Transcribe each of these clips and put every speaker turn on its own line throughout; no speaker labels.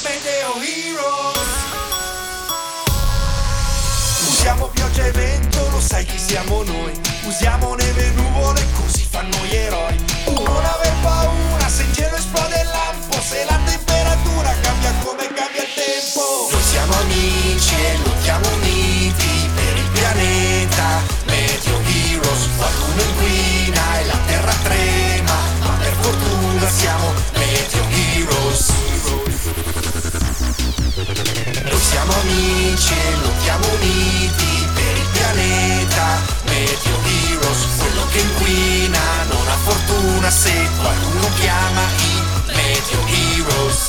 Meteo Heroes. Usiamo pioggia e vento, lo sai chi siamo noi. Usiamo neve e nuvole, così fanno gli eroi. Non aver paura se in cielo esplode il lampo, se la temperatura cambia come cambia il tempo. Noi siamo amici e lottiamo uniti per il pianeta. Meteo Heroes, qualcuno inquina e la terra trema, ma per fortuna siamo Meteo Heroes. Noi siamo amici e lottiamo uniti per il pianeta. Meteo Heroes, quello che inquina non ha fortuna se qualcuno chiama i Meteo Heroes.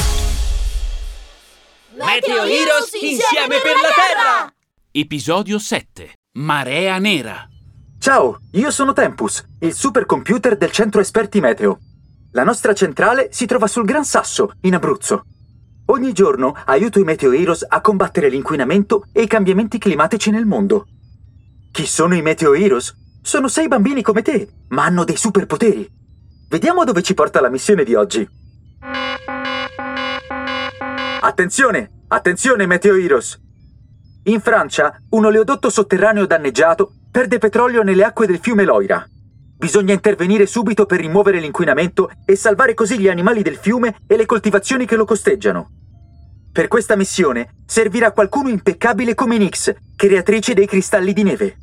Meteo Heroes insieme per la Terra!
Episodio 7. Marea nera.
Ciao, io sono Tempus, il supercomputer del centro esperti meteo. La nostra centrale si trova sul Gran Sasso, in Abruzzo. Ogni giorno aiuto i Meteo Heroes a combattere l'inquinamento e i cambiamenti climatici nel mondo. Chi sono i Meteo Heroes? Sono 6 bambini come te, ma hanno dei superpoteri. Vediamo dove ci porta la missione di oggi. Attenzione! Attenzione, Meteo Heroes! In Francia, un oleodotto sotterraneo danneggiato perde petrolio nelle acque del fiume Loira. Bisogna intervenire subito per rimuovere l'inquinamento e salvare così gli animali del fiume e le coltivazioni che lo costeggiano. Per questa missione servirà qualcuno impeccabile come Nyx, creatrice dei cristalli di neve.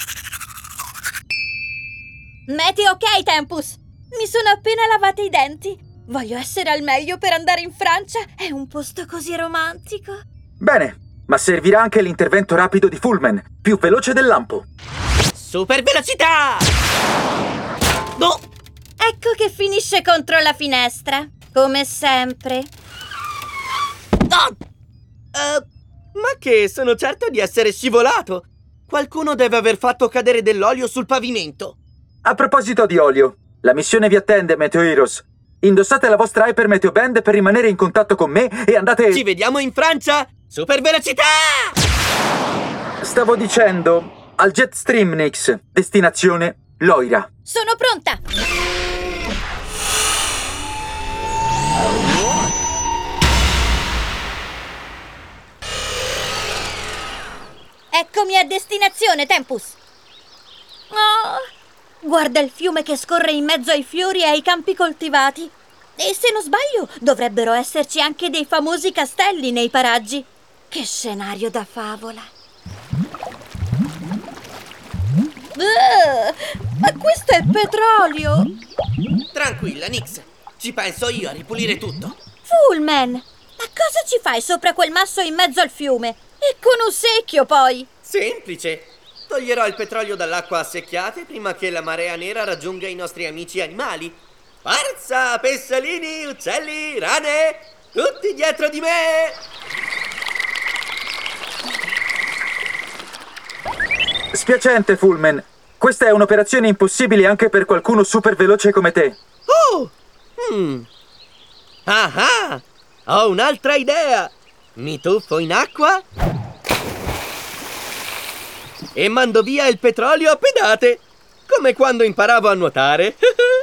Meteo ok, Tempus! Mi sono appena lavata i denti. Voglio essere al meglio per andare in Francia. È un posto così romantico.
Bene, ma servirà anche l'intervento rapido di Fullman, più veloce del lampo.
Super velocità! No!
Ecco che finisce contro la finestra, come sempre.
Ma che sono certo di essere scivolato! Qualcuno deve aver fatto cadere dell'olio sul pavimento.
A proposito di olio, la missione vi attende, Meteo Heroes. Indossate la vostra Hyper Meteo Band per rimanere in contatto con me e andate...
Ci vediamo in Francia! Super velocità!
Stavo dicendo, al Jetstream Nyx, destinazione Loira.
Sono pronta! Eccomi a destinazione, Tempus! Oh, guarda il fiume che scorre in mezzo ai fiori e ai campi coltivati. E se non sbaglio, dovrebbero esserci anche dei famosi castelli nei paraggi. Che scenario da favola! Ma questo è petrolio!
Tranquilla, Nyx. Ci penso io a ripulire tutto.
Fullman! Ma cosa ci fai sopra quel masso in mezzo al fiume? E con un secchio, poi!
Semplice. Toglierò il petrolio dall'acqua a secchiate prima che la marea nera raggiunga i nostri amici animali. Forza, pesciolini, uccelli, rane! Tutti dietro di me!
Spiacente, Fullman. Questa è un'operazione impossibile anche per qualcuno super veloce come te.
Oh! Ah! Ho un'altra idea! Mi tuffo in acqua e mando via il petrolio a pedate, come quando imparavo a nuotare.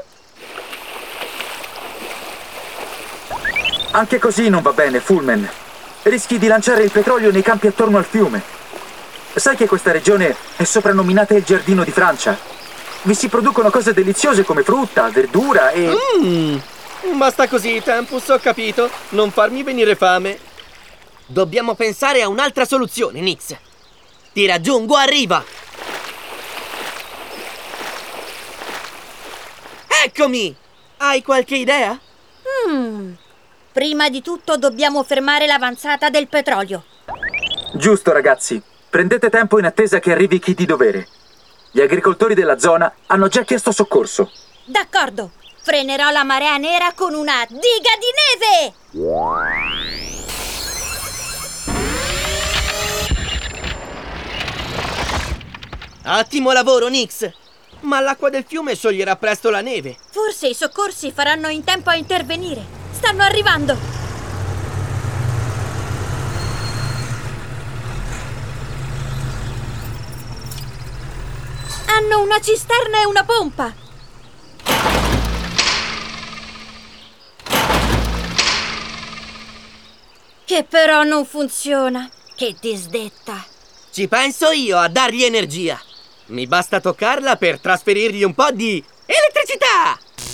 Anche così non va bene, Fullman. Rischi di lanciare il petrolio nei campi attorno al fiume. Sai che questa regione è soprannominata il giardino di Francia? Vi si producono cose deliziose come frutta, verdura e...
Basta così, Tempus, ho capito. Non farmi venire fame. Dobbiamo pensare a un'altra soluzione, Nyx. Ti raggiungo a riva. Eccomi! Hai qualche idea?
Prima di tutto dobbiamo fermare l'avanzata del petrolio.
Giusto, ragazzi. Prendete tempo in attesa che arrivi chi di dovere. Gli agricoltori della zona hanno già chiesto soccorso.
D'accordo. Frenerò la marea nera con una diga di neve!
Ottimo lavoro, Nyx! Ma l'acqua del fiume scioglierà presto la neve.
Forse i soccorsi faranno in tempo a intervenire. Stanno arrivando! Hanno una cisterna e una pompa! Che però non funziona. Che disdetta.
Ci penso io a dargli energia. Mi basta toccarla per trasferirgli un po' di elettricità!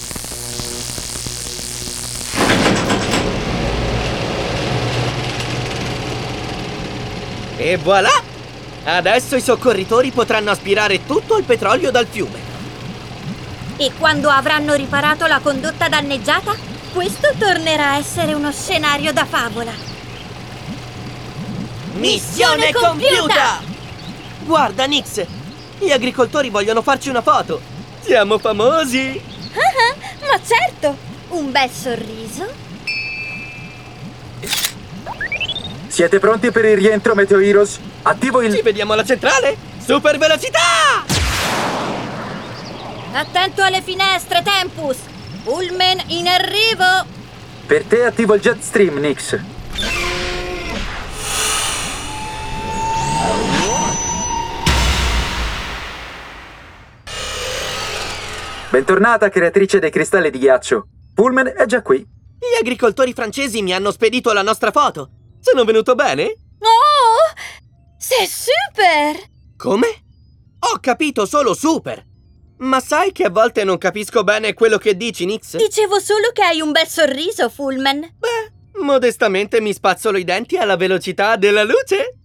E voilà! Adesso i soccorritori potranno aspirare tutto il petrolio dal fiume.
E quando avranno riparato la condotta danneggiata, questo tornerà a essere uno scenario da favola.
Missione compiuta! Guarda, Nix! Gli agricoltori vogliono farci una foto! Siamo famosi!
Ma certo! Un bel sorriso.
Siete pronti per il rientro, Meteo Heroes? Attivo
Ci
il...
vediamo alla centrale! Super velocità!
Attento alle finestre, Tempus! Pullman in arrivo!
Per te attivo il jet stream, Nix. Bentornata, creatrice dei cristalli di ghiaccio. Pullman è già qui.
Gli agricoltori francesi mi hanno spedito la nostra foto. Sono venuto bene?
Oh! Sei super!
Come? Ho capito solo super! Ma sai che a volte non capisco bene quello che dici, Nix?
Dicevo solo che hai un bel sorriso, Pullman.
Beh, modestamente mi spazzolo i denti alla velocità della luce.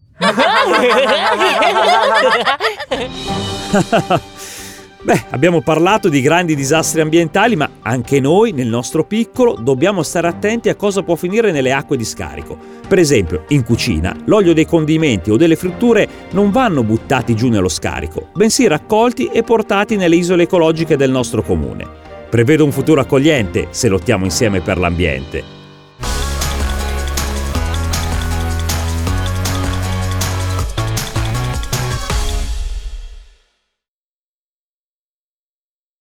Beh, abbiamo parlato di grandi disastri ambientali, ma anche noi, nel nostro piccolo, dobbiamo stare attenti a cosa può finire nelle acque di scarico. Per esempio, in cucina, l'olio dei condimenti o delle fritture non vanno buttati giù nello scarico, bensì raccolti e portati nelle isole ecologiche del nostro comune. Prevedo un futuro accogliente se lottiamo insieme per l'ambiente.